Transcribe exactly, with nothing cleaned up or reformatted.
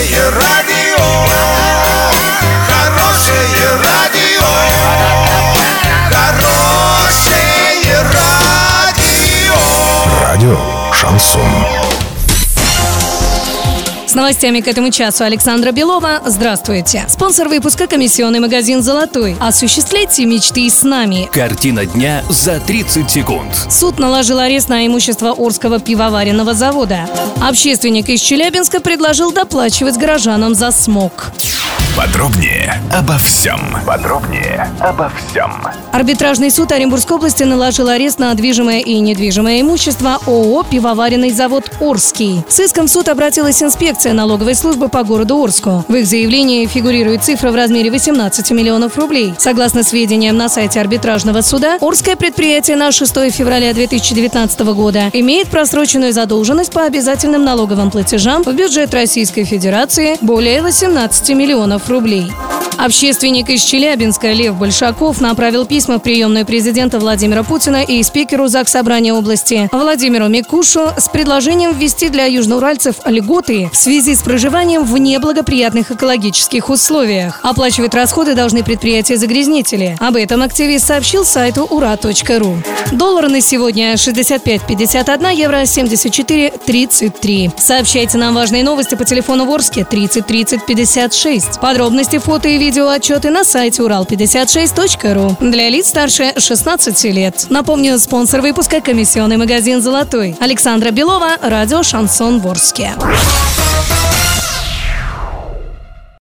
Хорошее радио, хорошее радио, хорошее радио. Радио Шансон. С новостями к этому часу Александра Белова. Здравствуйте. Спонсор выпуска — комиссионный магазин «Золотой». Осуществляйте мечты с нами. Картина дня за тридцать секунд. Суд наложил арест на имущество Орского пивоваренного завода. Общественник из Челябинска предложил доплачивать горожанам за смог. Подробнее обо всем. Подробнее обо всем. Арбитражный суд Оренбургской области наложил арест на движимое и недвижимое имущество ООО «Пивоваренный завод Орский». С иском в суд обратилась инспекция налоговой службы по городу Орску. В их заявлении фигурирует цифра в размере восемнадцать миллионов рублей. Согласно сведениям на сайте арбитражного суда, Орское предприятие на шестое февраля две тысячи девятнадцатого года имеет просроченную задолженность по обязательным налоговым платежам в бюджет Российской Федерации более восемнадцати миллионов рублей. Общественник из Челябинска Лев Большаков направил письма в приемную президента Владимира Путина и спикеру Заксобрания области Владимиру Микушу с предложением ввести для южноуральцев льготы в связи с проживанием в неблагоприятных экологических условиях. Оплачивать расходы должны предприятия-загрязнители. Об этом активист сообщил сайту ура точка ру. Доллар на сегодня шестьдесят пять пятьдесят один, евро семьдесят четыре тридцать три. Сообщайте нам важные новости по телефону в Орске тридцать тридцать пятьдесят шесть. Подробности, фото и видеоотчеты на сайте урал пятьдесят шесть точка ру для лиц старше шестнадцати лет. Напомню, спонсор выпуска — комиссионный магазин «Золотой». Александра Белова, радио «Шансон» в Орске.